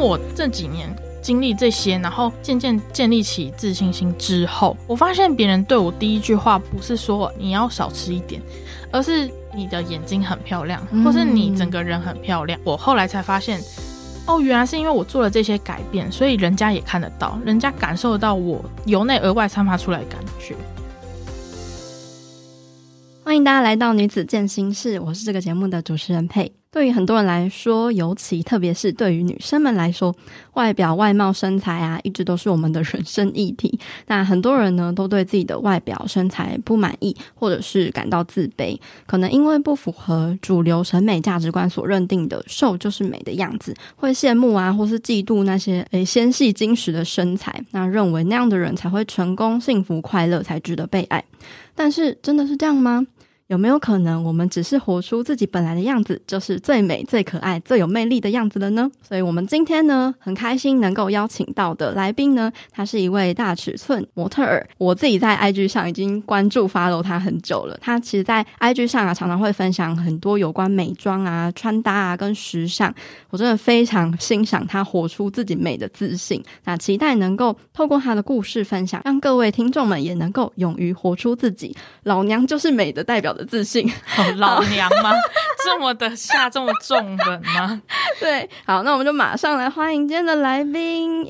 我这几年经历这些，然后渐渐建立起自信心之后，我发现别人对我第一句话不是说你要少吃一点，而是你的眼睛很漂亮，或是你整个人很漂亮。我后来才发现原来是因为我做了这些改变，所以人家也看得到，人家感受得到我由内而外散发出来的感觉。 欢迎大家来到女子健心室，我是这个节目的主持人佩。对于很多人来说，尤其特别是对于女生们来说，外表、外貌、身材啊，一直都是我们的人生议题。那很多人呢，都对自己的外表、身材不满意，或者是感到自卑，可能因为不符合主流审美价值观所认定的瘦就是美的样子，会羡慕啊，或是嫉妒那些纤细精实的身材，那认为那样的人才会成功、幸福、快乐，才值得被爱。但是真的是这样吗？有没有可能我们只是活出自己本来的样子，就是最美、最可爱、最有魅力的样子了呢？所以我们今天呢，很开心能够邀请到的来宾呢，他是一位大尺寸模特儿。我自己在 IG 上已经关注 follow 他很久了。他其实在 IG 上啊，常常会分享很多有关美妆啊、穿搭啊跟时尚。我真的非常欣赏他活出自己美的自信。那期待能够透过他的故事分享，让各位听众们也能够勇于活出自己。老娘就是美的代表的自信。 老娘吗？这么的下这么重本吗？ 对，好，那我们就马上来欢迎今天的来宾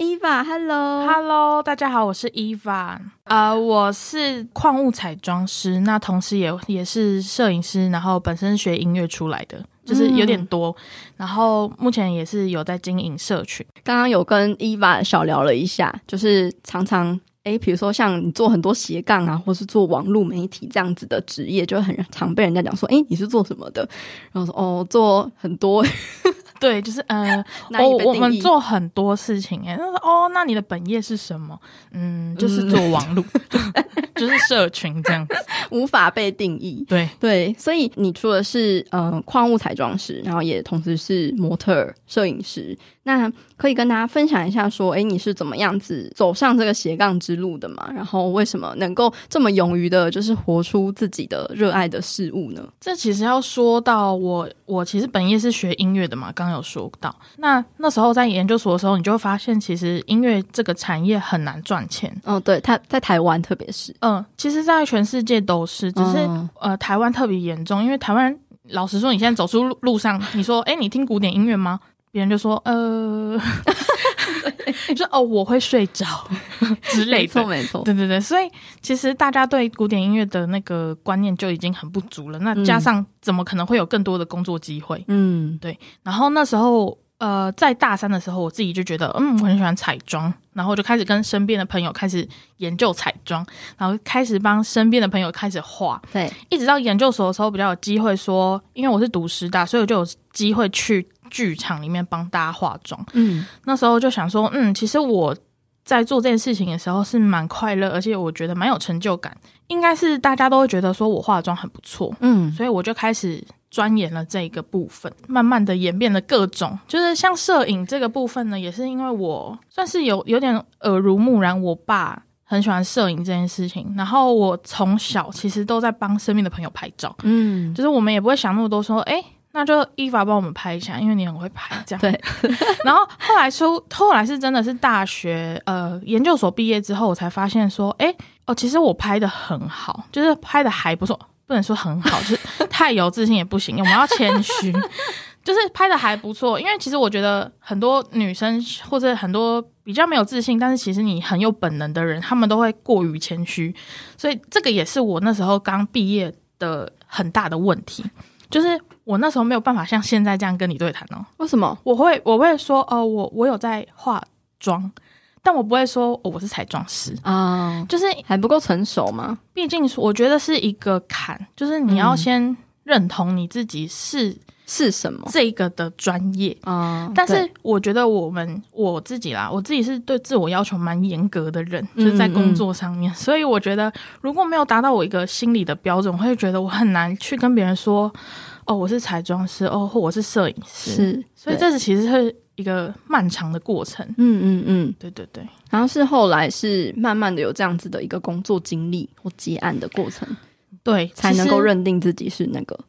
Eva。Hello， 大家好，我是 Eva。我是矿物彩妆师，那同时也是摄影师，然后本身学音乐出来的，就是有点多。然后目前也是有在经营社群。 刚刚有跟 Eva 小聊了一下，就是常常比如说像你做很多斜杠啊，或是做网络媒体这样子的职业，就很常被人家讲说你是做什么的，然后说做很多对，就是我们做很多事情那你的本业是什么？就是做网络就是社群这样子， 无法被定义。对，所以你除了是矿物彩妆师，然后也同时是模特儿、摄影师，那可以跟大家分享一下说你是怎么样子走上这个斜杠之路的嘛？然后为什么能够这么勇于的就是活出自己的热爱的事物呢？ 这其实要说到我其实本业是学音乐的嘛，刚刚有说到。那时候在研究所的时候，你就会发现其实音乐这个产业很难赚钱。 对，它在台湾特别是其实在全世界都是，只是台湾特别严重，因为台湾老实说，你现在走出路上，你说你听古典音乐吗？别人就说就我会睡着之类的。 没错， 对，所以其实大家对古典音乐的那个观念就已经很不足了，那加上怎么可能会有更多的工作机会？对。然后那时候在大三的时候，我自己就觉得我很喜欢彩妆，然后就开始跟身边的朋友开始研究彩妆，然后开始帮身边的朋友开始画。 对， 一直到研究所的时候比较有机会说，因为我是读师大，所以我就有机会去剧场里面帮大家化妆。那时候就想说其实我在做这件事情的时候是蛮快乐，而且我觉得蛮有成就感，应该是大家都会觉得说我化妆很不错。所以我就开始钻研了这个部分，慢慢的演变了各种，就是像摄影这个部分呢，也是因为我算是有点耳濡目染，我爸很喜欢摄影这件事情，然后我从小其实都在帮身边的朋友拍照。就是我们也不会想那么多说那就Eva帮我们拍一下，因为你很会拍这样。 对。 然后后来是真的是大学研究所毕业之后，我才发现说其实我拍的很好，就是拍的还不错，不能说很好，就是太有自信也不行，我们要谦虚。就是拍的还不错，因为其实我觉得很多女生或者很多比较没有自信，但是其实你很有本能的人，他们都会过于谦虚，所以这个也是我那时候刚毕业的很大的问题，就是我那时候没有办法像现在这样跟你对谈为什么？ 我会说我有在化妆，但我不会说我是彩妆师就是还不够成熟吗？ 毕竟我觉得是一个坎，就是你要先认同你自己是什么这个的专业但是我觉得我自己是对自我要求蛮严格的人，就是在工作上面所以我觉得如果没有达到我一个心理的标准，我会觉得我很难去跟别人说我是彩妆师或我是摄影师，所以这其实是一个漫长的过程。对。 然后是后来是慢慢的有这样子的一个工作经历或接案的过程， 对， 才能够认定自己是那个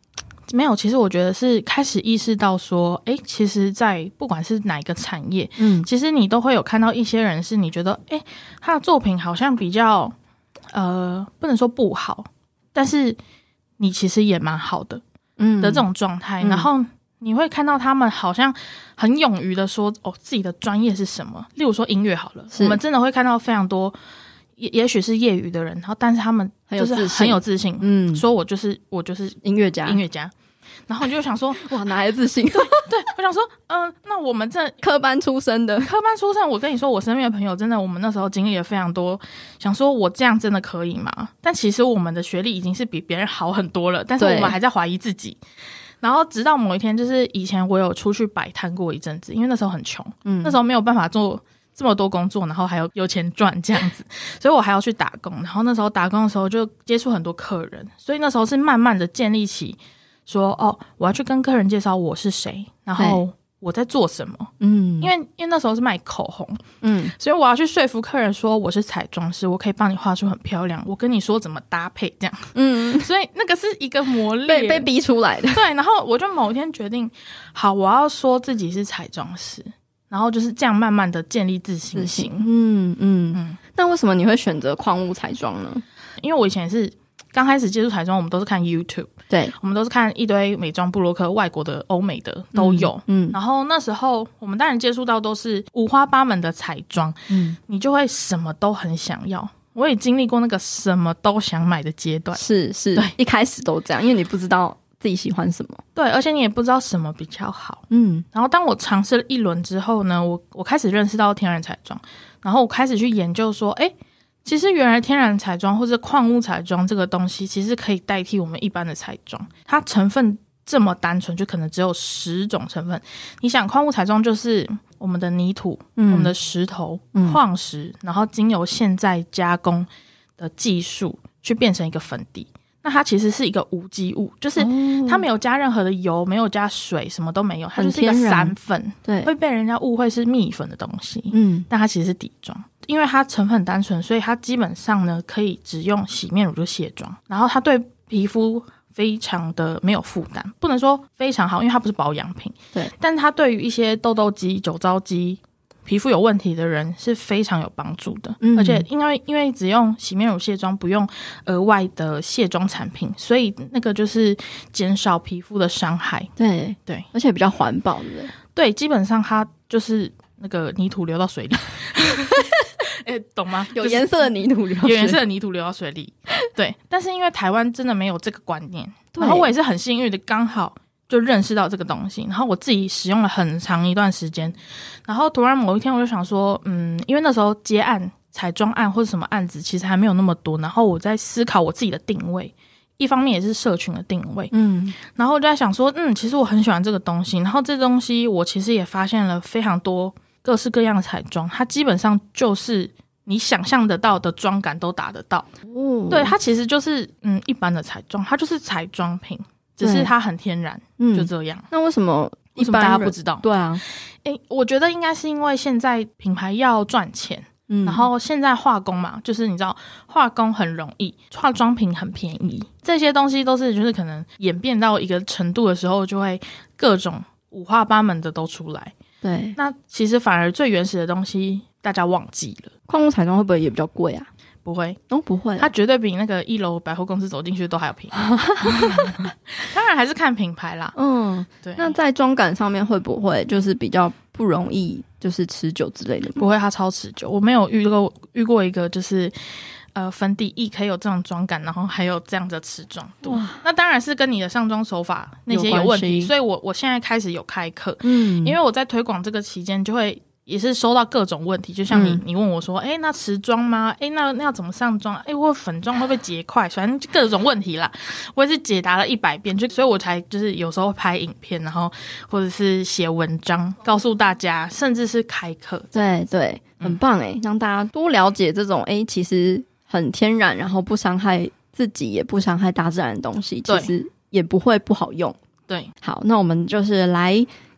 没有，其实我觉得是开始意识到说，其实在不管是哪一个产业，其实你都会有看到一些人是你觉得，他的作品好像比较不能说不好，但是你其实也蛮好的的这种状态，然后你会看到他们好像很勇于的说自己的专业是什么，例如说音乐好了，我们真的会看到非常多也许是业余的人，然后但是他们就是很有自信，说我就是音乐家，然后你就想说哇，哪来的自信？ 对，我想说那我们这科班出身， 我跟你说我身边的朋友真的，我们那时候经历了非常多，想说我这样真的可以吗？但其实我们的学历已经是比别人好很多了，但是我们还在怀疑自己。然后直到某一天，就是以前我有出去摆摊过一阵子，因为那时候很穷，那时候没有办法做这么多工作，然后还有钱赚这样子，所以我还要去打工。然后那时候打工的时候就接触很多客人，所以那时候是慢慢的建立起说我要去跟客人介绍我是谁，然后我在做什么。因为那时候是卖口红，所以我要去说服客人说我是彩妆师，我可以帮你画出很漂亮，我跟你说怎么搭配这样。所以那个是一个磨练， 被逼出来的。 对，然后我就某一天决定，好，我要说自己是彩妆师，然后就是这样慢慢的建立自信心。 那为什么你会选择矿物彩妆呢？ 因为我以前是刚开始接触彩妆，我们都是看 YouTube， 对， 我们都是看一堆美妆部落客，外国的、欧美的都有。然后那时候我们当然接触到都是五花八门的彩妆，你就会什么都很想要。我也经历过那个什么都想买的阶段， 是，对，一开始都这样，因为你不知道自己喜欢什么， 对，而且你也不知道什么比较好。然后当我尝试了一轮之后呢，我开始认识到天然彩妆，然后我开始去研究说，其实原来天然彩妆或者矿物彩妆这个东西其实可以代替我们一般的彩妆，它成分这么单纯，就可能只有10种成分。你想矿物彩妆就是我们的泥土、我们的石头、矿石，然后经由现在加工的技术去变成一个粉底，那它其实是一个无机物，就是它没有加任何的油，没有加水，什么都没有，它就是一个散粉，对，会被人家误会是蜜粉的东西，但它其实是底妆。因为它成分很单纯，所以它基本上呢可以只用洗面乳就卸妆，然后它对皮肤非常的没有负担，不能说非常好，因为它不是保养品，对，但它对于一些痘痘肌、酒糟肌皮肤有问题的人是非常有帮助的。而且因为只用洗面乳卸妆，不用额外的卸妆产品，所以那个就是减少皮肤的伤害。对， 而且比较环保的。 对，基本上它就是那个泥土流到水里懂吗？ 有颜色的泥土流到水里， 有颜色的泥土流到水里。对，但是因为台湾真的没有这个观念，然后我也是很幸运的刚好就认识到这个东西，然后我自己使用了很长一段时间，然后突然某一天我就想说因为那时候接案彩妆案或者什么案子其实还没有那么多，然后我在思考我自己的定位，一方面也是社群的定位，然后我就在想说其实我很喜欢这个东西，然后这东西我其实也发现了非常多各式各样的彩妆，它基本上就是你想象得到的妆感都达得到。对，它其实就是一般的彩妆，它就是彩妆品，只是它很天然，就这样。 那为什么大家不知道？ 对啊， 我觉得应该是因为现在品牌要赚钱，然后现在化工嘛，就是你知道化工很容易，化妆品很便宜，这些东西都是就是可能演变到一个程度的时候，就会各种五花八门的都出来。对，那其实反而最原始的东西大家忘记了。 矿物彩妆会不会也比较贵啊？ 不会不会， 它绝对比那个1楼百货公司走进去都还要便宜。当然还是看品牌啦。对。 那在妆感上面会不会就是比较不容易就是持久之类的？ 不会，它超持久。我没有遇过一个就是粉底液可以有这种妆感，然后还有这样的持妆度。那当然是跟你的上妆手法那些有问题，所以我现在开始有开课，因为我在推广这个期间就会也是收到各种问题，就像你问我说那持妆吗？那要怎么上妆？或粉妆会不会结块？反正各种问题啦，我也是解答了100遍，所以我才就是有时候拍影片，然后或者是写文章告诉大家，甚至是开课。 对，很棒让大家多了解这种其实很天然，然后不伤害自己也不伤害大自然的东西，其实也不会不好用。 对， 好，那我们就是来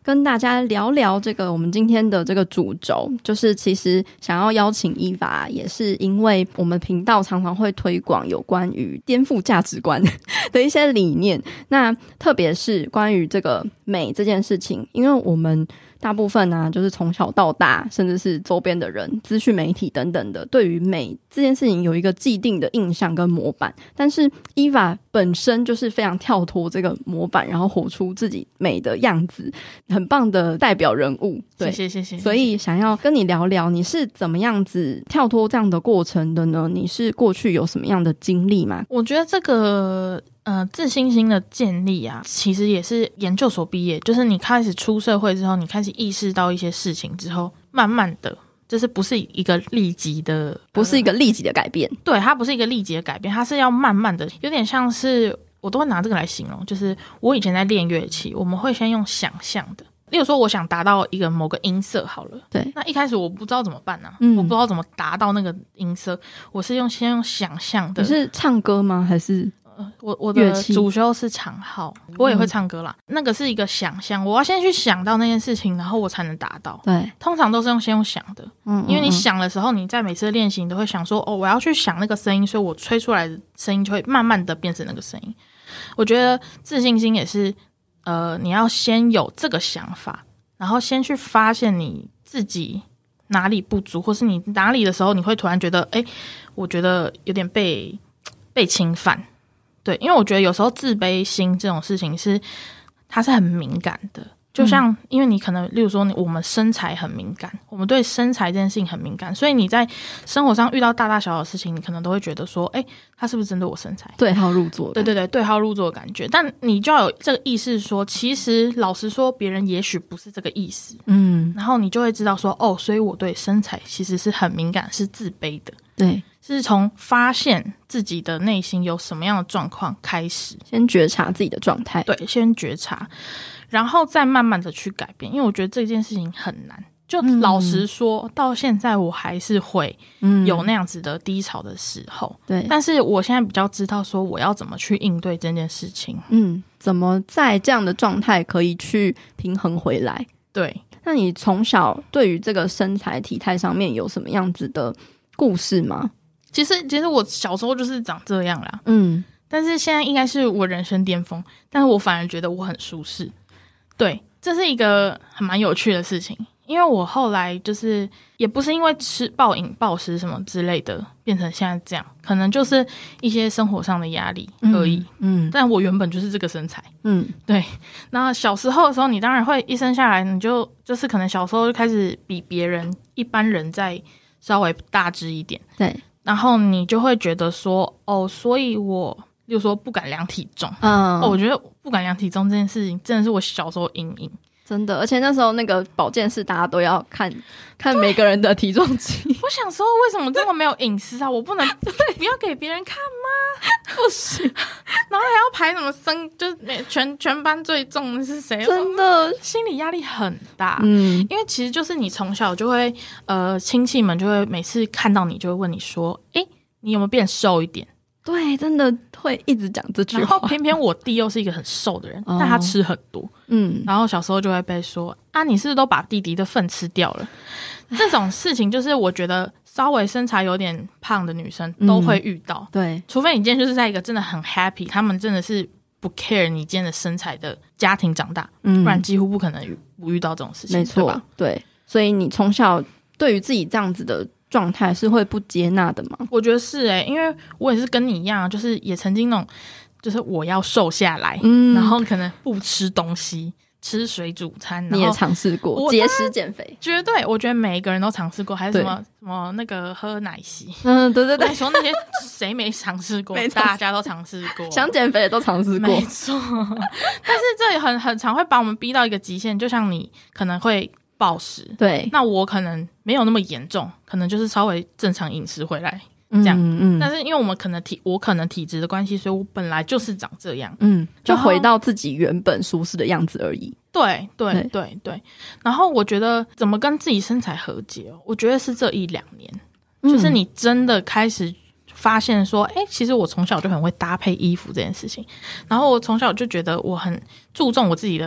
跟大家聊聊这个我们今天的这个主轴，就是其实想要邀请Eva，也是因为我们频道常常会推广有关于颠覆价值观的一些理念，那特别是关于这个美这件事情，因为我们大部分啊，就是从小到大，甚至是周边的人、资讯媒体等等的，对于美这件事情有一个既定的印象跟模板。但是 Eva 本身就是非常跳脱这个模板，然后活出自己美的样子，很棒的代表人物。对， 谢谢。 所以想要跟你聊聊，你是怎么样子跳脱这样的过程的呢？你是过去有什么样的经历吗？ 我觉得这个自信心的建立啊，其实也是研究所毕业，就是你开始出社会之后，你开始意识到一些事情之后，慢慢的，就是不是一个立即的， 不是一个立即的改变。 对，它不是一个立即的改变，它是要慢慢的，有点像是我都会拿这个来形容，就是我以前在练乐器，我们会先用想象的。例如说我想达到一个某个音色好了， 对， 那一开始我不知道怎么办啊，我不知道怎么达到那个音色，我是先用想象的。 你是唱歌吗？还是我的主修是长号，我也会唱歌啦。那个是一个想象，我要先去想到那件事情，然后我才能达到。 对， 通常都是先用想的，因为你想的时候，你在每次的练习，你都会想说，哦，我要去想那个声音，所以我吹出来的声音就会慢慢的变成那个声音。我觉得自信心也是，你要先有这个想法，然后先去发现你自己哪里不足，或是你哪里的时候，你会突然觉得，我觉得有点被侵犯。对，因为我觉得有时候自卑心这种事情它是很敏感的，就像因为你可能例如说我们身材很敏感，我们对身材这件事情很敏感，所以你在生活上遇到大大小小的事情，你可能都会觉得说他是不是针对我身材， 对号入座的。 对，对号入座的感觉。但你就要有这个意识说，其实老实说别人也许不是这个意思，然后你就会知道说所以我对身材其实是很敏感，是自卑的。 对， 是从发现自己的内心有什么样的状况开始， 先觉察自己的状态。 对，先觉察，然后再慢慢的去改变。因为我觉得这件事情很难，就老实说，到现在我还是会有那样子的低潮的时候。 对， 但是我现在比较知道说我要怎么去应对这件事情。 怎么在这样的状态可以去平衡回来。 对， 那你从小对于这个身材体态上面有什么样子的故事吗？ 其实我小时候就是长这样啦，但是现在应该是我人生巅峰，但是我反而觉得我很舒适。对，这是一个还蛮有趣的事情，因为我后来就是也不是因为吃暴饮暴食什么之类的变成现在这样，可能就是一些生活上的压力而已。但我原本就是这个身材。对。那小时候的时候，你当然会一生下来，你就是可能小时候就开始比别人一般人再稍微大只一点。 对。 然后你就会觉得说，所以我例如说不敢量体重。我觉得不敢量体重这件事情真的是我小时候阴影。 真的，而且那时候那个保健室大家都要看每个人的体重计。 我想说为什么这么没有隐私啊？我不能不要给别人看吗？ 不行。 然后还要排什么就是全班最重的是谁？ 真的心理压力很大。因为其实就是你从小就会亲戚们就会每次看到你就会问你说，你有没有变瘦一点？ 对，真的会一直讲这句话。 然后偏偏我弟又是一个很瘦的人，但他吃很多。然后小时候就会被说你是不是都把弟弟的粪吃掉了？这种事情就是我觉得稍微身材有点胖的女生都会遇到。 对， 除非你今天就是在一个真的很 happy， 他们真的是不 care 你今天的身材的家庭长大，不然几乎不可能不遇到这种事情。 没错，对。所以你从小对于自己这样子的状态是会不接纳的吗？ 我觉得是因为我也是跟你一样，就是也曾经那种就是我要瘦下来，然后可能不吃东西，吃水煮餐。然后你也尝试过节食减肥？ 绝对，我觉得每一个人都尝试过。还是什么那个喝奶昔？ 对。 你说那些谁没尝试过？大家都尝试过， 想减肥也都尝试过， 没错。但是这也很常会把我们逼到一个极限，就像你可能会暴食， 对， 那我可能没有那么严重，可能就是稍微正常饮食回来这样。但是因为我可能体质的关系，所以我本来就是长这样， 就回到自己原本舒适的样子而已。 对。然后我觉得怎么跟自己身材和解，我觉得是这1-2年，就是你真的开始发现说，其实我从小就很会搭配衣服这件事情，然后我从小就觉得我很注重我自己的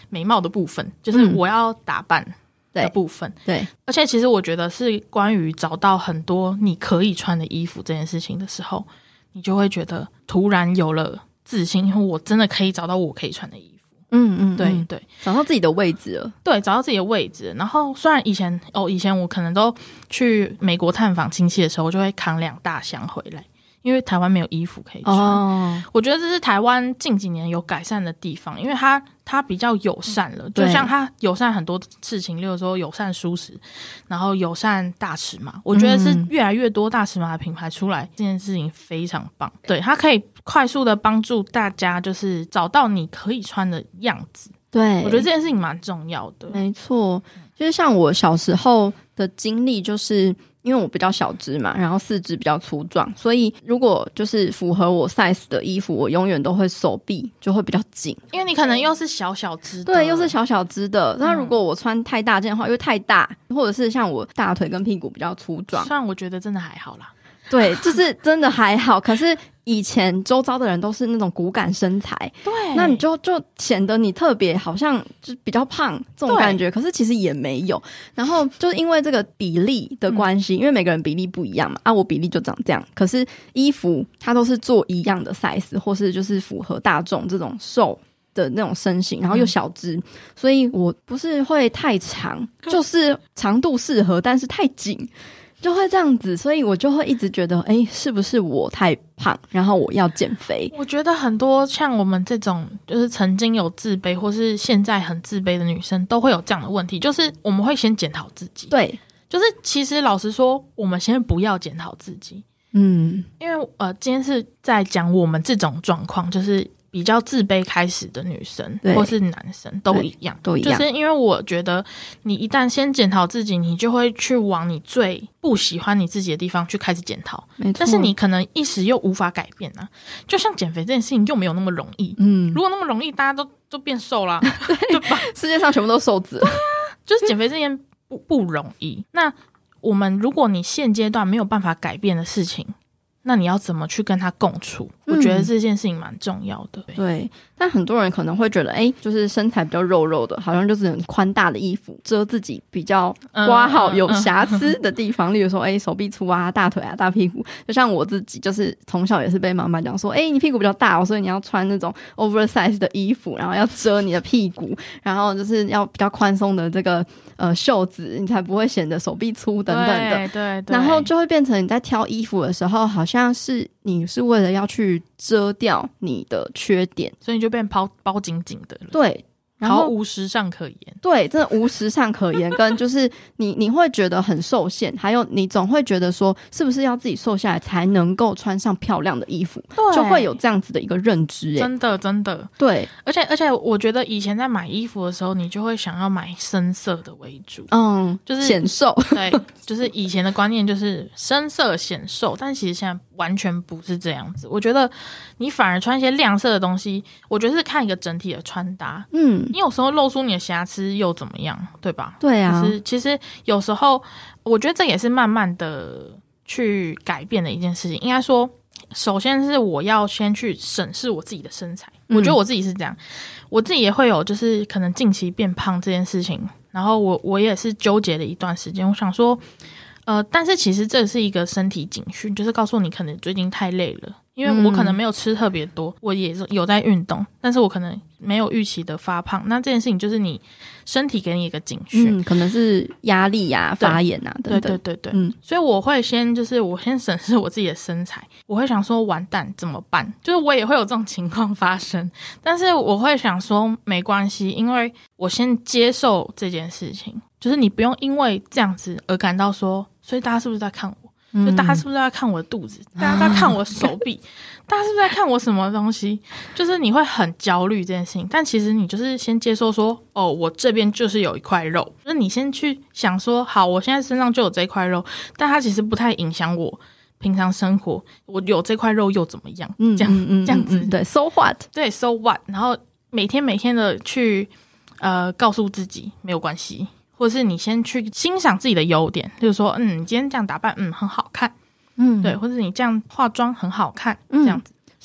美貌的部分，就是我要打扮的部分。 对， 而且其实我觉得是关于找到很多你可以穿的衣服这件事情的时候，你就会觉得突然有了自信，因为我真的可以找到我可以穿的衣服。对对， 找到自己的位置了。 对，找到自己的位置。然后虽然以前我可能都去美国探访亲戚的时候，我就会扛2大箱回来，因为台湾没有衣服可以穿。我觉得这是台湾近几年有改善的地方，因为它比较友善了，就像它友善很多事情，例如说友善舒适，然后友善大尺码，我觉得是越来越多大尺码的品牌出来，这件事情非常棒。对，它可以快速的帮助大家就是找到你可以穿的样子。对，我觉得这件事情蛮重要的。 没错，就是像我小时候的经历，就是因为我比较小只嘛，然后四肢比较粗壮，所以如果就是符合我 size 的衣服，我永远都会手臂就会比较紧， 因为你可能又是小小只的。 对，又是小小只的。那如果我穿太大件的话，因为太大，或者是像我大腿跟屁股比较粗壮， 虽然我觉得真的还好啦。 对，就是真的还好。可是以前周遭的人都是那种骨感身材， 对， 那你就显得你特别好像就比较胖这种感觉，可是其实也没有。然后就是因为这个比例的关系，因为每个人比例不一样嘛，我比例就长这样，可是衣服它都是做一样的 size， 或是就是符合大众这种瘦的那种身形，然后又小只，所以我不是会太长，就是长度适合，但是太紧。就会这样子，所以我就会一直觉得是不是我太胖，然后我要减肥。 我觉得很多像我们这种就是曾经有自卑或是现在很自卑的女生都会有这样的问题，就是我们会先检讨自己。 对， 就是其实老实说我们先不要检讨自己，因为今天是在讲我们这种状况，就是比较自卑开始的女生或是男生都一样，就是因为我觉得你一旦先检讨自己，你就会去往你最不喜欢你自己的地方去开始检讨，但是你可能一时又无法改变啊。就像减肥这件事情又没有那么容易，如果那么容易大家都变瘦啦对吧？ 世界上全部都瘦子了。 对啊，就是减肥这件不容易。那我们如果你现阶段没有办法改变的事情，那你要怎么去跟他共处？我觉得这件事情蛮重要的。 对，但很多人可能会觉得就是身材比较肉肉的，好像就只能宽大的衣服遮自己比较刮好有瑕疵的地方，例如说手臂粗啊，大腿啊，大屁股。就像我自己就是从小也是被妈妈讲说你屁股比较大所以你要穿那种 oversize 的衣服，然后要遮你的屁股，然后就是要比较宽松的这个袖子，你才不会显得手臂粗等等的。对，然后就会变成你在挑衣服的时候，好像是你是为了要去遮掉你的缺点， 所以你就变包紧紧的了。 对，然后毫无时尚可言。 对，真的无时尚可言。跟就是你会觉得很受限，还有你总会觉得说是不是要自己瘦下来才能够穿上漂亮的衣服，就会有这样子的一个认知。 真的对。 而且我觉得以前在买衣服的时候，你就会想要买深色的为主，就是显瘦。 对，就是以前的观念就是深色显瘦，但其实现在完全不是这样子。我觉得你反而穿一些亮色的东西，我觉得是看一个整体的穿搭。你有时候露出你的瑕疵又怎么样，对吧？ 对啊， 其实有时候我觉得这也是慢慢的去改变的一件事情。应该说首先是我要先去审视我自己的身材，我觉得我自己是这样，我自己也会有就是可能近期变胖这件事情，然后我也是纠结了一段时间。我想说但是其实这是一个身体警讯，就是告诉你可能最近太累了，因为我可能没有吃特别多，我也有在运动，但是我可能没有预期的发胖。那这件事情就是你身体给你一个警讯， 可能是压力啊、发炎啊等等。 对，所以我会先审视我自己的身材，我会想说完蛋怎么办？就是我也会有这种情况发生，但是我会想说没关系，因为我先接受这件事情，就是你不用因为这样子而感到说，所以大家是不是在看我？就大家是不是在看我的肚子？大家在看我的手臂？大家是不是在看我什么东西？就是你会很焦虑这件事情，但其实你就是先接受说，我这边就是有一块肉，就是你先去想说，好，我现在身上就有这块肉，但它其实不太影响我平常生活，我有这块肉又怎么样？这样子， 对 ，so what？ 对 ，so what？ 然后每天的去告诉自己没有关系。或者是你先去欣赏自己的优点，例如说你今天这样打扮很好看，对，或者你这样化妆很好看，这样子。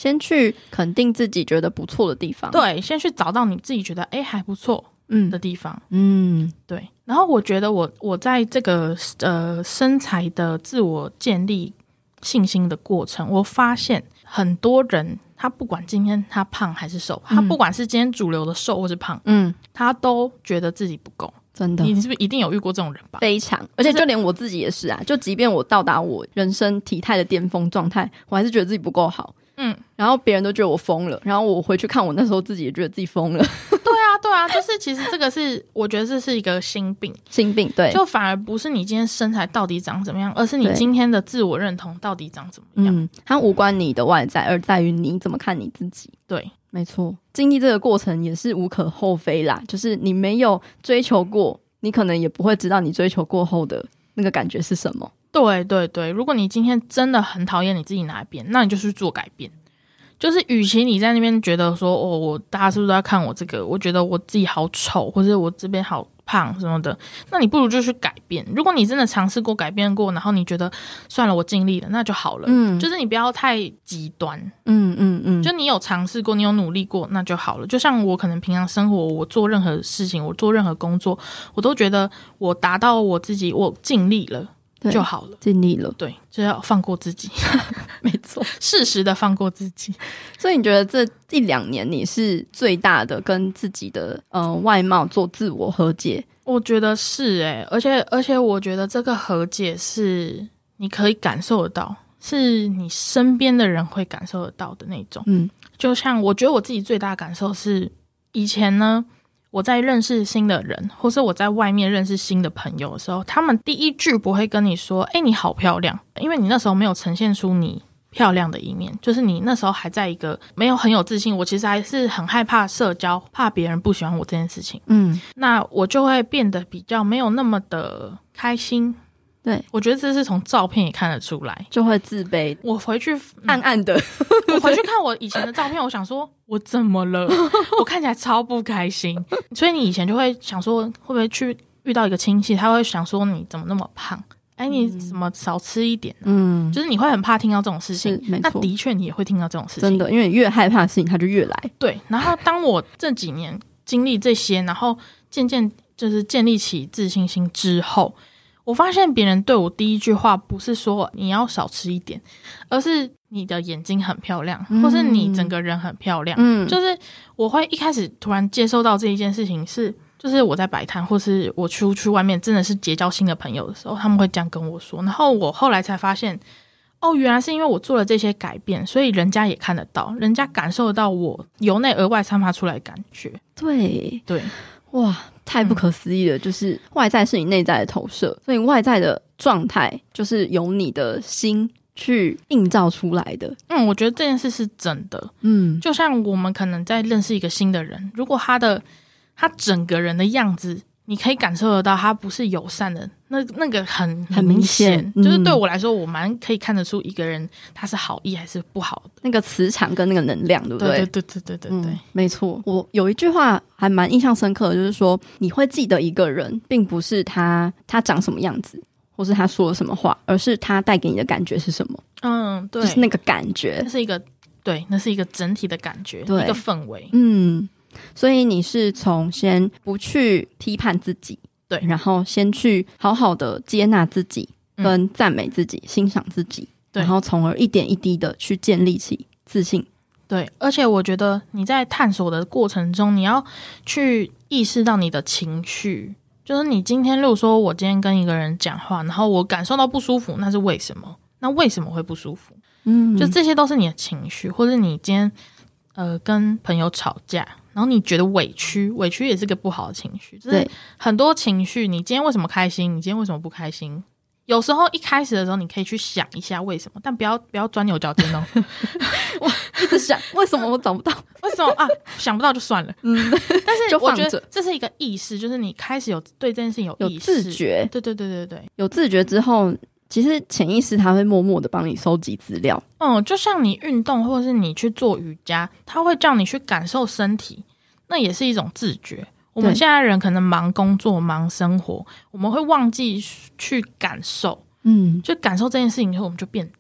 先去肯定自己觉得不错的地方， 对，先去找到你自己觉得还不错的地方，对。然后我觉得我在这个身材的自我建立信心的过程，我发现很多人他不管今天他胖还是瘦，他不管是今天主流的瘦或是胖，他都觉得自己不够。 真的， 你是不是一定有遇过这种人吧？ 非常，而且就连我自己也是啊，就即便我到达我人生体态的巅峰状态，我还是觉得自己不够好。然后别人都觉得我疯了，然后我回去看我那时候自己也觉得自己疯了。 对啊，就是其实这个是我觉得这是一个心病， 对， 就反而不是你今天身材到底长怎么样，而是你今天的自我认同到底长怎么样。 它无关你的外在，而在于你怎么看你自己。 对， 没错，经历这个过程也是无可厚非啦，就是你没有追求过，你可能也不会知道你追求过后的那个感觉是什么。 对对对，如果你今天真的很讨厌你自己哪一边，那你就去做改变。就是与其你在那边觉得说我大家是不是都在看我这个，我觉得我自己好丑，或者我这边好胖什么的，那你不如就去改变。如果你真的尝试过改变过，然后你觉得算了我尽力了，那就好了。就是你不要太极端。就你有尝试过，你有努力过，那就好了。就像我可能平常生活，我做任何事情，我做任何工作，我都觉得我达到我自己，我尽力了就好了， 尽力了。 对，就要放过自己。 没错， 适时的放过自己。 所以你觉得这1-2年你是最大的跟自己的外貌做自我和解？ 我觉得是而且我觉得这个和解是你可以感受得到，是你身边的人会感受得到的那种。就像我觉得我自己最大的感受是，以前呢我在认识新的人，或是我在外面认识新的朋友的时候，他们第一句不会跟你说你好漂亮，因为你那时候没有呈现出你漂亮的一面，就是你那时候还在一个没有很有自信，我其实还是很害怕社交，怕别人不喜欢我这件事情。那我就会变得比较没有那么的开心。对，我觉得这是从照片也看得出来， 就会自卑。 我回去暗暗的我回去看我以前的照片，我想说我怎么了，我看起来超不开心。所以你以前就会想说，会不会去遇到一个亲戚，他会想说你怎么那么胖，你怎么少吃一点就是你会很怕听到这种事情。那的确你也会听到这种事情， 真的，因为你越害怕的事情它就越来。 对，然后当我这几年经历这些，然后渐渐就是建立起自信心之后，我发现别人对我第一句话不是说你要少吃一点，而是你的眼睛很漂亮，或是你整个人很漂亮。就是我会一开始突然接受到这一件事情是，就是我在摆摊，或是我出去外面真的是结交新的朋友的时候，他们会这样跟我说。然后我后来才发现，原来是因为我做了这些改变，所以人家也看得到，人家感受得到我由内而外散发出来的感觉。 对， 哇， 太不可思议了。就是外在是你内在的投射，所以外在的状态就是由你的心去映照出来的。 我觉得这件事是真的。就像我们可能在认识一个新的人，如果他整个人的样子你可以感受得到他不是友善的，那个很明显。就是对我来说，我蛮可以看得出一个人他是好意还是不好的， 那个磁场跟那个能量，对不对？ 对， 没错。我有一句话还蛮印象深刻的，就是说你会记得一个人并不是他长什么样子或是他说了什么话，而是他带给你的感觉是什么。对，就是那个感觉， 那是一个整体的感觉，一个氛围。所以你是从先不去批判自己，对，然后先去好好的接纳自己，跟赞美自己，欣赏自己，然后从而一点一滴的去建立起自信。对，而且我觉得你在探索的过程中，你要去意识到你的情绪，就是你今天如果说我今天跟一个人讲话，然后我感受到不舒服，那是为什么？那为什么会不舒服？就这些都是你的情绪，或者你今天跟朋友吵架，然后你觉得委屈也是个不好的情绪。就是很多情绪，你今天为什么开心，你今天为什么不开心，有时候一开始的时候你可以去想一下为什么，但不要钻牛角尖哦。 我一直想为什么我找不到， 为什么想不到就算了。但是我觉得这是一个意识，就是你开始有对这件事情有意识，有自觉。对，有自觉之后，其实潜意识它会默默的帮你收集资料。就像你运动或者是你去做瑜伽，它会叫你去感受身体，那也是一种自觉。我们现在人可能忙工作忙生活，我们会忘记去感受。就感受这件事情以后我们就变淡了。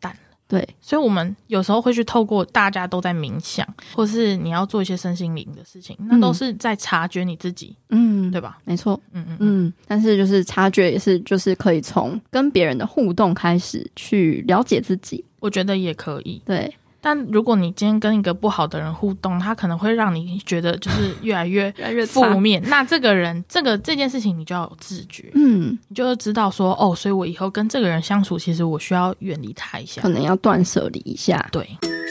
对， 所以我们有时候会去透过大家都在冥想，或是你要做一些身心灵的事情，那都是在察觉你自己，对吧？ 没错，但是就是察觉也是就是可以从跟别人的互动开始去了解自己， 我觉得也可以。 对， 但如果你今天跟一个不好的人互动，他可能会让你觉得就是越来越负面那这个人这件事情你就要有自觉，你就知道说哦，所以我以后跟这个人相处，其实我需要远离他一下， 可能要断舍离一下。 对，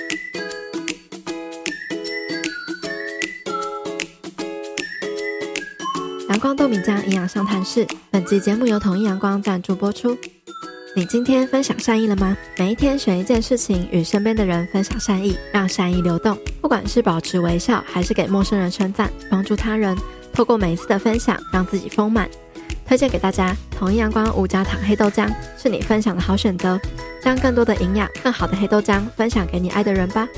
阳光豆米浆营养商谈室，本集节目由统一阳光赞助播出。你今天分享善意了吗？每一天选一件事情与身边的人分享善意，让善意流动。不管是保持微笑，还是给陌生人称赞，帮助他人，透过每一次的分享，让自己丰满。推荐给大家，统一阳光无加糖黑豆浆是你分享的好选择。将更多的营养、更好的黑豆浆分享给你爱的人吧。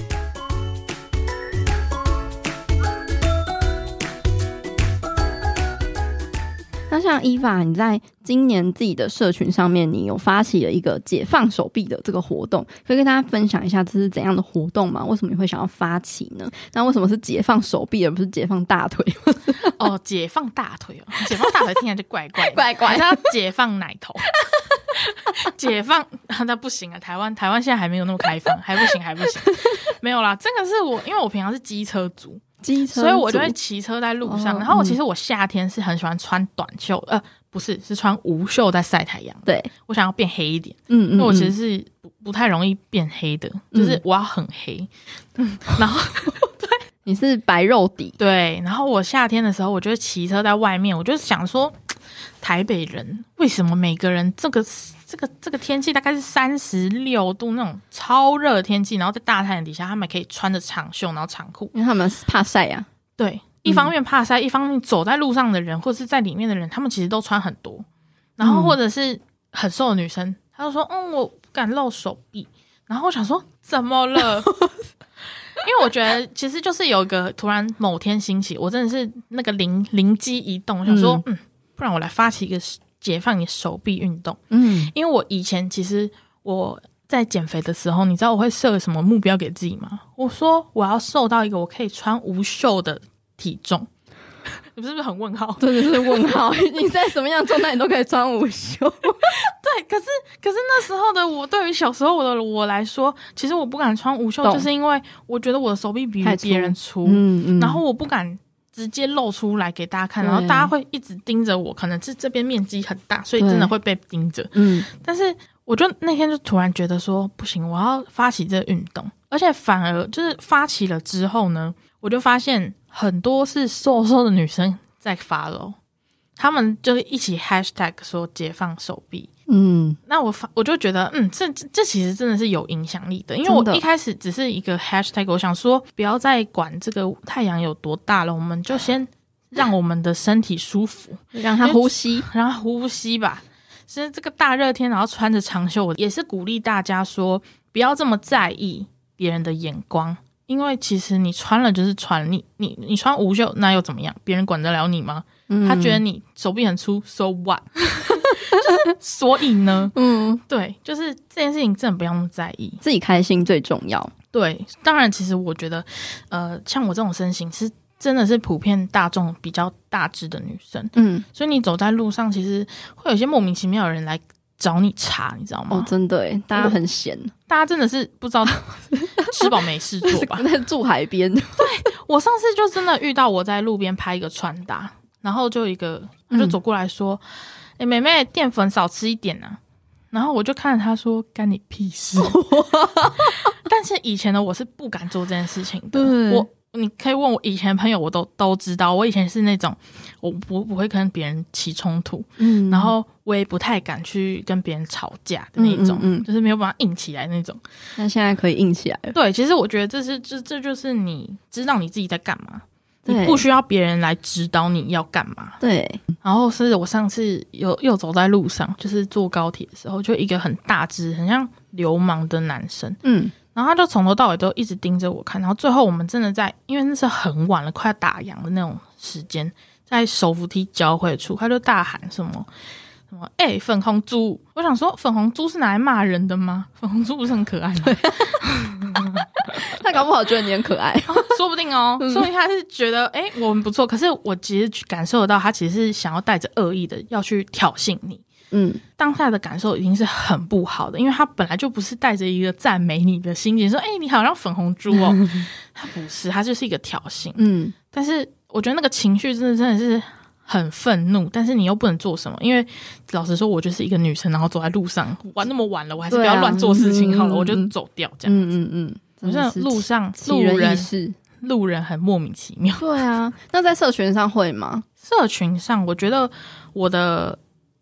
那像伊娃，你在今年自己的社群上面，你有发起了一个解放手臂的这个活动，可以跟大家分享一下这是怎样的活动吗？为什么你会想要发起呢？那为什么是解放手臂而不是解放大腿？ 哦，解放大腿哦，解放大腿听起来就怪怪的怪怪的， 还是要解放奶头？解放那不行啊，台湾现在还没有那么开放，还不行，没有啦。这个是我，因为我平常是机车族，所以我就会骑车在路上。然后其实我夏天是很喜欢穿短袖，不是穿无袖在晒太阳。 对， 我想要变黑一点，因为我其实是不太容易变黑的，就是我要很黑。然后对， 你是白肉底， 对。然后我夏天的时候，我就骑车在外面，我就想说，台北人为什么每个人这个天气大概是36度那种超热的天气，然后在大太阳底下，他们可以穿着长袖然后长裤， 因为他们怕晒啊。 对，一方面怕晒，一方面走在路上的人或者是在里面的人，他们其实都穿很多，然后或者是很瘦的女生，她就说我不敢露手臂，然后我想说怎么了？因为我觉得其实就是有一个突然某天兴起，我真的是那个灵机一动，我想说不然我来发起一个解放你手臂运动。因为我以前其实我在减肥的时候，你知道我会设什么目标给自己吗？我说我要瘦到一个我可以穿无袖的体重。你是不是很问号？ 真的是问号。你在什么样的状态你都可以穿无袖。 对，可是那时候的我，对于小时候的我来说，其实我不敢穿无袖，就是因为我觉得我的手臂比别人粗，然后我不敢直接露出来给大家看，然后大家会一直盯着我，可能是这边面积很大，所以真的会被盯着。但是我就那天就突然觉得说不行，我要发起这个运动，而且反而就是发起了之后呢，我就发现很多是瘦瘦的女生在 follow， 他们就一起 hashtag 说解放手臂。那我就觉得这其实真的是有影响力的，因为我一开始只是一个 hashtag， 我想说不要再管这个太阳有多大了，我们就先让我们的身体舒服， 让它呼吸， 让它呼吸吧。其实这个大热天然后穿着长袖，我也是鼓励大家说不要这么在意别人的眼光，因为其实你穿了就是穿，你穿无袖那又怎么样？别人管得了你吗？他觉得你手臂很粗 so what？ 就是所以呢对，就是这件事情真的不要那么在意， 自己开心最重要。对， 当然其实我觉得像我这种身形是真的是普遍大众比较大只的女生，所以你走在路上其实会有一些莫名其妙的人来找你茬，你知道吗？ 真的耶，大家很闲， 大家真的是不知道吃饱没事做吧？ 住海边。对， 我上次就真的遇到我在路边拍一个穿搭，然后就一个他就走过来说妹妹淀粉少吃一点啊，然后我就看着他说干你屁事。但是以前的我是不敢做这件事情的，你可以问我以前的朋友，我都知道，我以前是那种我不会跟别人起冲突，然后我也不太敢去跟别人吵架的那种，就是没有办法硬起来那种。 那现在可以硬起来了。 对，其实我觉得这就是你知道你自己在干嘛，你不需要别人来指导你要干嘛。 对。 然后是我上次又走在路上，就是坐高铁的时候，就一个很大只很像流氓的男生，然后他就从头到尾都一直盯着我看，然后最后我们真的因为那是很晚了，快要打烊的那种时间，在手扶梯交汇处，他就大喊什么什么粉红猪，我想说粉红猪是拿来骂人的吗？粉红猪不是很可爱吗？ 他搞不好觉得你很可爱说不定哦，说不定他是觉得我们不错，可是我其实感受得到他其实是想要带着恶意的要去挑衅你。当下的感受已经是很不好的，因为他本来就不是带着一个赞美你的心情说你好像粉红猪哦他不是，他就是一个挑衅。但是我觉得那个情绪真的是很愤怒，但是你又不能做什么，因为老实说我就是一个女生，然后走在路上玩那么晚了，我还是不要乱做事情好了，我就走掉这样子。我觉得路上路人很莫名其妙。 对啊，那在社群上会吗？ 社群上我觉得我的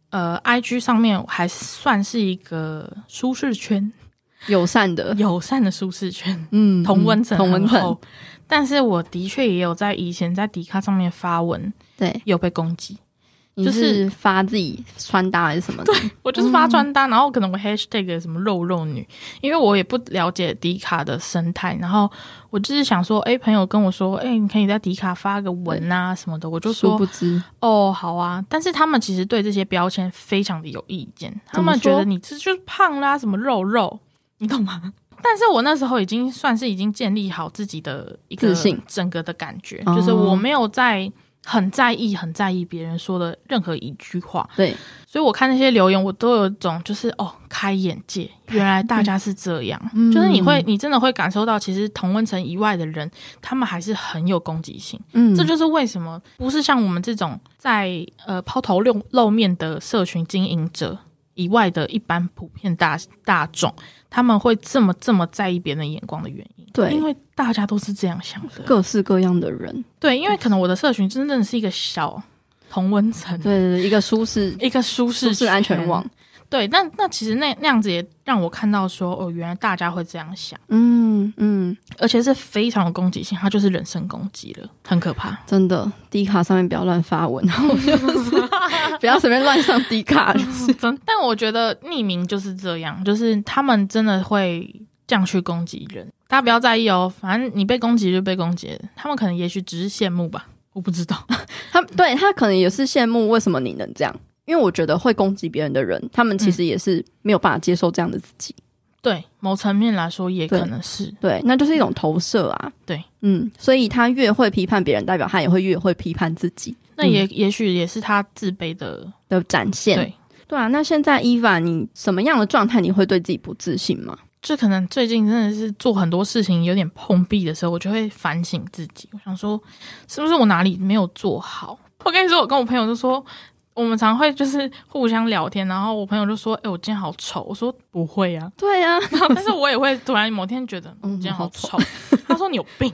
IG 上面还算是一个舒适圈，友善的舒适圈，同温层很厚。但是我的确也有在以前在迪卡上面发文，对，有被攻击。 就是发自己穿搭还是什么的？ 对，我就是发穿搭，然后可能我 hashtag 什么肉肉女，因为我也不了解迪卡的生态，然后我就是想说朋友跟我说你可以在迪卡发个文啊什么的，我就说殊不知好啊，但是他们其实对这些标签非常的有意见，他们觉得你这就是胖啦，什么肉肉，你懂吗？但是我那时候已经建立好自己的一个自信整个的感觉，就是我没有很在意别人说的任何一句话。对，所以我看那些留言我都有一种就是开眼界，原来大家是这样就是你真的会感受到其实同温层以外的人他们还是很有攻击性。这就是为什么不是像我们这种在抛头露面的社群经营者以外的一般普遍大众，他们会这么在意别人的眼光的原因。对，因为大家都是这样想的， 各式各样的人。对， 因为可能我的社群真的是一个小同温层， 对，一个舒适安全网。 对，那其实那样子也让我看到说原来大家会这样想。而且是非常有攻击性，它就是人身攻击了，很可怕。真的， 迪卡上面不要乱发文，然后就是不要随便乱上迪卡。 但我觉得匿名就是这样，就是他们真的会这样去攻击人，大家不要在意哦，反正你被攻击就被攻击了，他们可能也许只是羡慕吧，我不知道。 他可能也是羡慕为什么你能这样，因为我觉得会攻击别人的人，他们其实也是没有办法接受这样的自己。 对，某层面来说也可能是。 对，那就是一种投射啊。 对， 所以他越会批判别人，代表他也会越会批判自己。 那也许也是他自卑的展现。对啊，那现在 Eva 你什么样的状态你会对自己不自信吗？ 就可能最近真的是做很多事情有点碰壁的时候，我就会反省自己，我想说是不是我哪里没有做好。我跟你说，我跟我朋友就说我们常会就是互相聊天，然后我朋友就说我今天好丑，我说不会啊。 对啊， 但是我也会突然某天觉得今天好丑。他说你有病。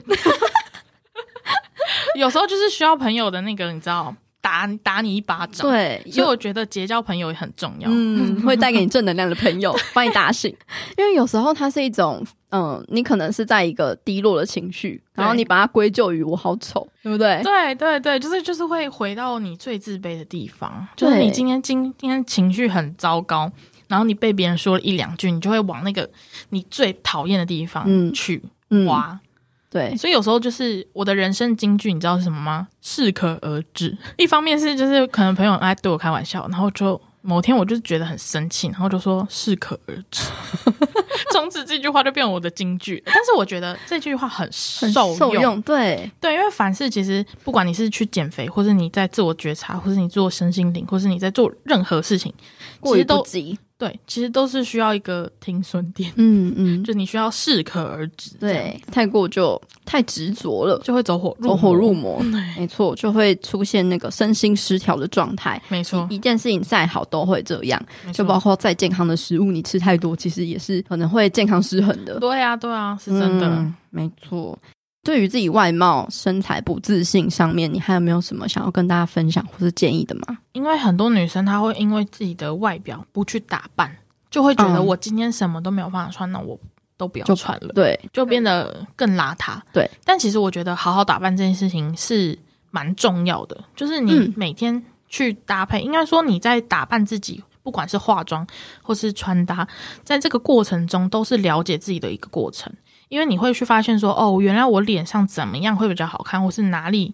有时候就是需要朋友的那个你知道打你一巴掌。对，所以我觉得结交朋友也很重要。 会带给你正能量的朋友把你打醒。因为有时候它是一种你可能是在一个低落的情绪，然后你把它归咎于我好丑，对不对？ 对，就是会回到你最自卑的地方，就是你今天情绪很糟糕，然后你被别人说了一两句，你就会往那个你最讨厌的地方去挖。对，所以有时候就是我的人生金句，你知道是什么吗？适可而止。一方面是就是可能朋友爱对我开玩笑，然后就某天我就觉得很生气，然后就说适可而止。从此这句话就变成我的金句。但是我觉得这句话很受用。对，因为凡事其实不管你是去减肥，或是你在自我觉察，或是你做身心灵，或是你在做任何事情， 过于不及。 对，其实都是需要一个停损点。就你需要适可而止。 对，太过就太执着了， 就会走火入魔。没错，就会出现那个身心失调的状态。 没错， 一件事情再好都会这样，就包括再健康的食物，你吃太多，其实也是可能会健康失衡的。 对啊，是真的。 没错。对于自己外貌身材不自信上面，你还有没有什么想要跟大家分享或是建议的吗？ 因为很多女生她会因为自己的外表不去打扮，就会觉得我今天什么都没有办法穿，那我都不要穿了。对，就变得更邋遢。对，但其实我觉得好好打扮这件事情是蛮重要的，就是你每天去搭配，应该说你在打扮自己，不管是化妆或是穿搭，在这个过程中都是了解自己的一个过程。因为你会去发现说原来我脸上怎么样会比较好看，或是哪里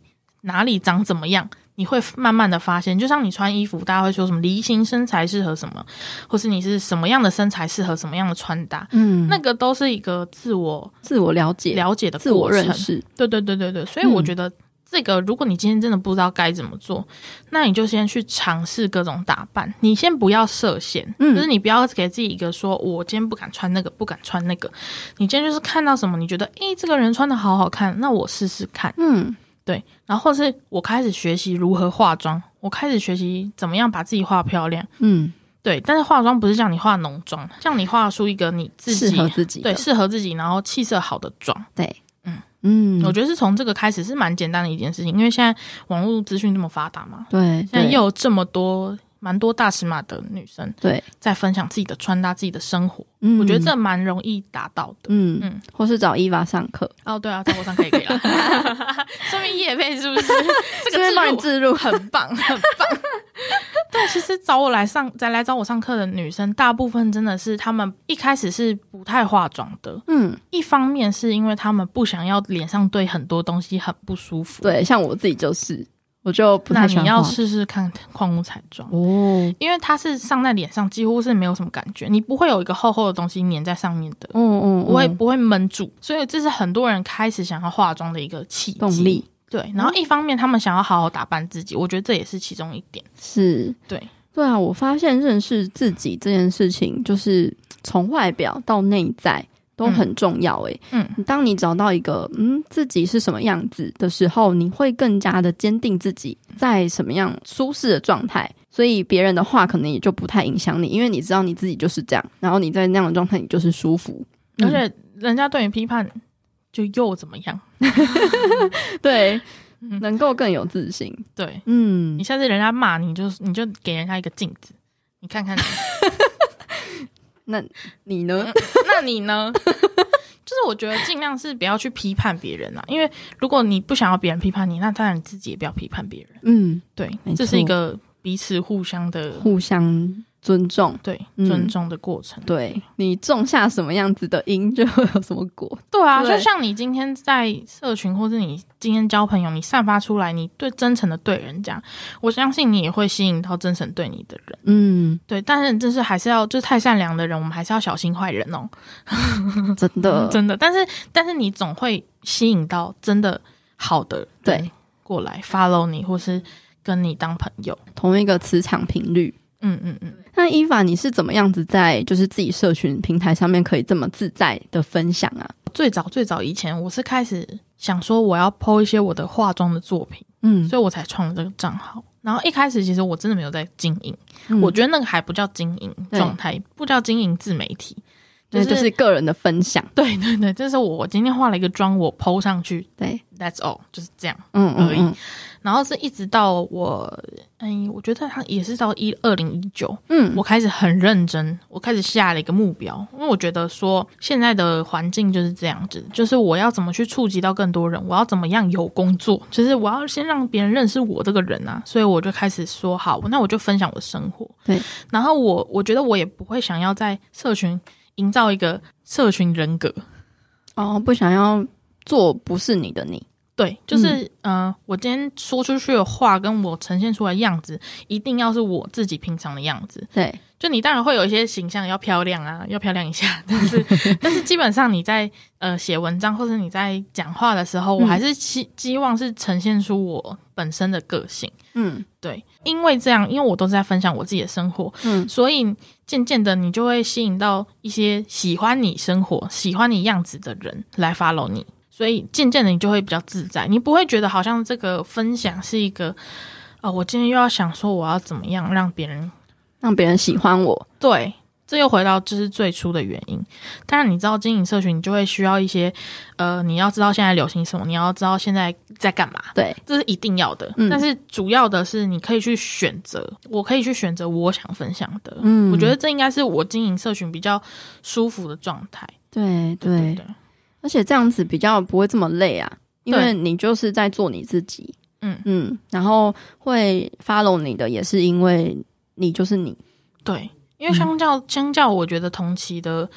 哪里长怎么样，你会慢慢的发现，就像你穿衣服，大家会说什么梨形身材适合什么，或是你是什么样的身材适合什么样的穿搭，那个都是一个自我了解的过程， 自我认识。 对，所以我觉得这个如果你今天真的不知道该怎么做，那你就先去尝试各种打扮，你先不要设限，就是你不要给自己一个说我今天不敢穿那个不敢穿那个，你今天就是看到什么你觉得这个人穿的好好看，那我试试看，对，然后或是我开始学习如何化妆，我开始学习怎么样把自己化漂亮，对，但是化妆不是叫你化浓妆，叫你画出一个你自己适合自己的， 对，适合自己然后气色好的妆， 对， 我觉得是从这个开始是蛮简单的一件事情，因为现在网络资讯这么发达嘛， 对， 现在又有这么多蛮多大尺码的女生对在分享自己的穿搭自己的生活，我觉得这蛮容易达到的， 或是找Eva上课， 对啊，找我上课也可以啦顺便业配是不是这个帮你置入很棒很棒对，其实找我来找我上课的女生大部分真的是她们一开始是不太化妆的，一方面是因为她们不想要脸上对很多东西很不舒服， 对，像我自己就是我就不太喜欢化。 那你要试试看矿物彩妆因为它是上在脸上几乎是没有什么感觉，你不会有一个厚厚的东西粘在上面的，不会闷住，所以这是很多人开始想要化妆的一个契机动力。 对，然后一方面他们想要好好打扮自己，我觉得这也是其中一点。 是， 对啊，我发现认识自己这件事情，就是从外表到内在都很重要当你找到一个自己是什么样子的时候，你会更加的坚定自己在什么样舒适的状态，所以别人的话可能也就不太影响你，因为你知道你自己就是这样，然后你在那样的状态你就是舒服， 而且人家对你批判就又怎么样对，能够更有自信。 对，你下次人家骂你就给人家一个镜子，你看看你那你呢那你呢就是我觉得尽量是不要去批判别人因为如果你不想要别人批判你，那当然你自己也不要批判别人。对，这是一个彼此互相尊重，对，尊重的过程。 对，你种下什么样子的因就会有什么果。 对啊，就像你今天在社群或是你今天交朋友，你散发出来你对真诚的对人家，我相信你也会吸引到真诚对你的人。对，但是就是还是要就是太善良的人我们还是要小心坏人真的真的，但是你总会吸引到真的好的人过来 follow 你或是跟你当朋友， 同一个磁场频率。那Eva你是怎么样子在就是自己社群平台上面可以这么自在的分享啊？ 最早以前我是开始想说我要 po 一些我的化妆的作品，所以我才创了这个账号。然后一开始其实我真的没有在经营，我觉得那个还不叫经营状态，不叫经营自媒体， 就是个人的分享。 对，就是我今天化了一个妆我 po 上去，对 that's all 就是这样而已。然后是一直到我觉得它也是到2019我开始很认真，我开始下了一个目标，因为我觉得说现在的环境就是这样子，就是我要怎么去触及到更多人，我要怎么样有工作，就是我要先让别人认识我这个人所以我就开始说好，那我就分享我的生活。对，然后我觉得我也不会想要在社群营造一个社群人格不想要做不是你的你。 对，就是我今天说出去的话跟我呈现出来的样子一定要是我自己平常的样子。对，就你当然会有一些形象要漂亮要漂亮一下，但是基本上你在写文章或者你在讲话的时候我还是希望是呈现出我本身的个性。对，因为我都是在分享我自己的生活，所以渐渐的你就会吸引到一些喜欢你生活喜欢你样子的人来 follow 你，所以渐渐的你就会比较自在，你不会觉得好像这个分享是一个我今天又要想说我要怎么样让别人喜欢我。 对，这又回到就是最初的原因。当然你知道经营社群你就会需要一些你要知道现在流行什么，你要知道现在在干嘛，对，这是一定要的。但是主要的是你可以去选择，我可以去选择我想分享的。我觉得这应该是我经营社群比较舒服的状态。 对，而且这样子比较不会这么累因为你就是在做你自己。然后会 follow 你的也是因为你就是你。对，因为相较我觉得同期的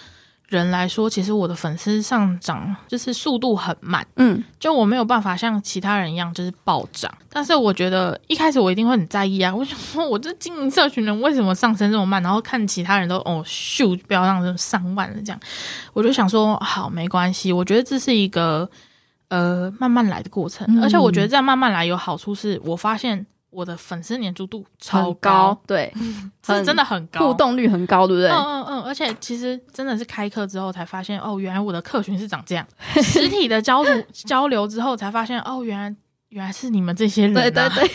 人来说，其实我的粉丝上涨就是速度很慢，就我没有办法像其他人一样就是暴涨。但是我觉得一开始我一定会很在意啊，我想说我这经营社群人为什么上升这么慢，然后看其他人都咻飙上上万了这样，我就想说好没关系，我觉得这是一个慢慢来的过程，而且我觉得这样慢慢来有好处是我发现我的粉丝黏著度超高， 对， 是真的很高， 互动率很高，对不对？ 而且其实真的是开课之后才发现，原来我的客群是长这样。实体的交流之后才发现，原来是你们这些人啊。 对，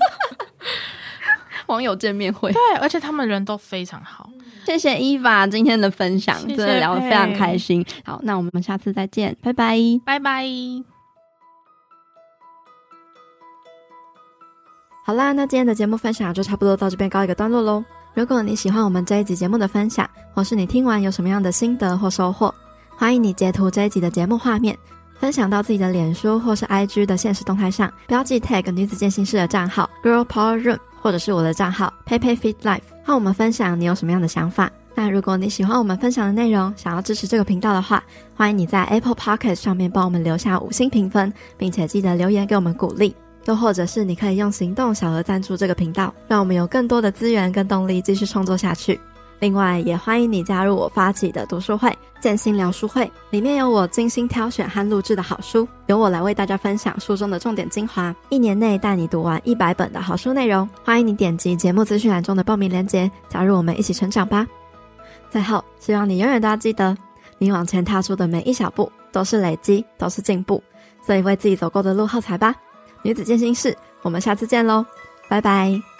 网友见面会， 对，而且他们人都非常好。 谢谢Eva今天的分享， 谢谢真的聊得非常开心。好，那我们下次再见，拜拜， 拜拜。 好啦，那今天的节目分享就差不多到这边告一个段落咯。如果你喜欢我们这一集节目的分享，或是你听完有什么样的心得或收获，欢迎你截图这一集的节目画面，分享到自己的脸书或是 IG 的限时动态上，标记 tag 女子健心室的账号 Girl Power Room， 或者是我的账号 PayPay Fit Life， 和我们分享你有什么样的想法。那如果你喜欢我们分享的内容，想要支持这个频道的话，欢迎你在 Apple Podcast 上面帮我们留下5星评分，并且记得留言给我们鼓励。又或者是你可以用行动小额赞助这个频道，让我们有更多的资源跟动力继续创作下去。另外也欢迎你加入我发起的读书会健心聊书会，里面有我精心挑选和录制的好书，由我来为大家分享书中的重点精华，1年内带你读完100本的好书内容。欢迎你点击节目资讯栏中的报名链接，加入我们一起成长吧。最后希望你永远都要记得，你往前踏出的每一小步都是累积，都是进步，所以为自己走过的路喝彩吧。女子健心室，我们下次见咯，拜拜。